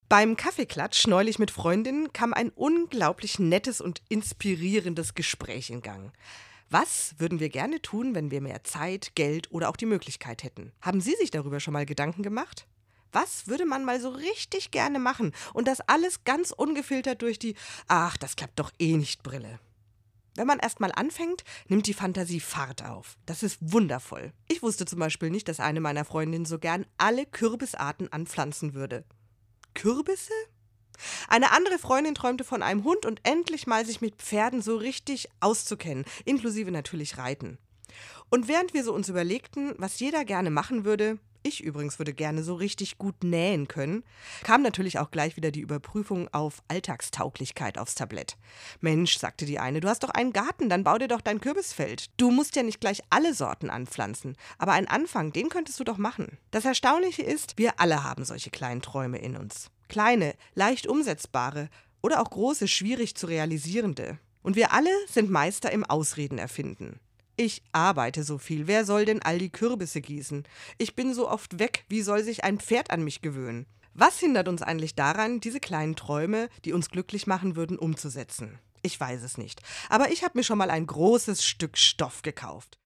Beim Kaffeeklatsch neulich mit Freundinnen kam ein unglaublich nettes und inspirierendes Gespräch in Gang. Was würden wir gerne tun, wenn wir mehr Zeit, Geld oder auch die Möglichkeit hätten? Haben Sie sich darüber schon mal Gedanken gemacht? Was würde man mal so richtig gerne machen? Und das alles ganz ungefiltert durch die „Ach, das klappt doch eh nicht" Brille. Wenn man erst mal anfängt, nimmt die Fantasie Fahrt auf. Das ist wundervoll. Ich wusste zum Beispiel nicht, dass eine meiner Freundinnen so gern alle Kürbisarten anpflanzen würde. Kürbisse? Eine andere Freundin träumte von einem Hund und endlich mal sich mit Pferden so richtig auszukennen, inklusive natürlich Reiten. Und während wir so uns überlegten, was jeder gerne machen würde, ich übrigens würde gerne so richtig gut nähen können, kam natürlich auch gleich wieder die Überprüfung auf Alltagstauglichkeit aufs Tablett. Mensch, sagte die eine, du hast doch einen Garten, dann bau dir doch dein Kürbisfeld. Du musst ja nicht gleich alle Sorten anpflanzen, aber einen Anfang, den könntest du doch machen. Das Erstaunliche ist, wir alle haben solche kleinen Träume in uns. Kleine, leicht umsetzbare oder auch große, schwierig zu realisierende. Und wir alle sind Meister im Ausreden erfinden. Ich arbeite so viel, wer soll denn all die Kürbisse gießen? Ich bin so oft weg, wie soll sich ein Pferd an mich gewöhnen? Was hindert uns eigentlich daran, diese kleinen Träume, die uns glücklich machen würden, umzusetzen? Ich weiß es nicht. Aber ich habe mir schon mal ein großes Stück Stoff gekauft.